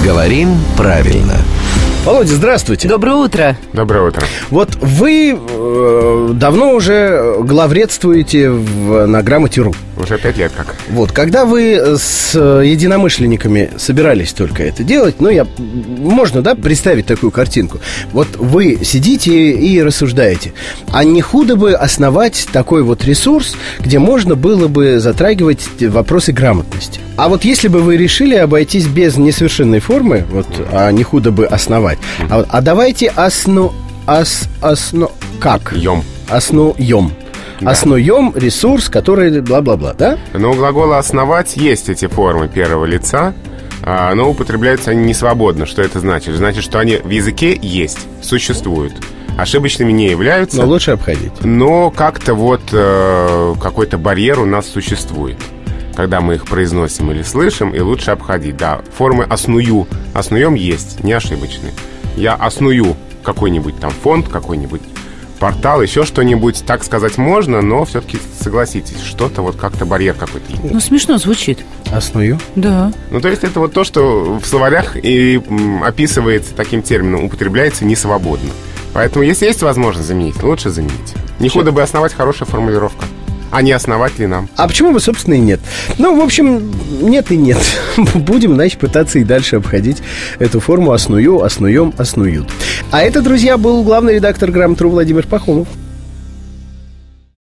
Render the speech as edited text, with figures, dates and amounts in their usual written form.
Говорим правильно. Володя, здравствуйте. Доброе утро. Доброе утро. Вот вы давно уже главредствуете на Грамоте.ру. Уже 5 лет как. Вот, когда вы с единомышленниками собирались только это делать, можно, да, представить такую картинку. Вот вы сидите и рассуждаете, а не худо бы основать такой вот ресурс, где можно было бы затрагивать вопросы грамотности. А вот если бы вы решили обойтись без несовершенной формы, а не худо бы основать, а давайте как? Основем. Да. Основем ресурс, который бла-бла-бла, да? Но у глагола «основать» есть эти формы первого лица, но употребляются они не свободно. Что это значит? Значит, что они в языке есть, существуют. Ошибочными не являются. Но лучше обходить. Но как-то какой-то барьер у нас существует, когда мы их произносим или слышим, и лучше обходить. Да, формы «осную», «основем» есть, не ошибочные. Я осную какой-нибудь там фонд, какой-нибудь портал, еще что-нибудь, так сказать можно, но все-таки согласитесь, что-то как-то барьер какой-то есть. Смешно звучит. Осную? Да. То есть это то, что в словарях и описывается таким термином, употребляется несвободно. Поэтому, если есть возможность заменить, лучше заменить. Не худо бы основать, хорошая формулировка. А не основать ли нам? А почему бы, собственно, и нет? В общем, нет и нет. Будем, значит, пытаться и дальше обходить эту форму «осную», «основем», «основют». А это, друзья, был главный редактор Грамоты.ру Владимир Пахомов.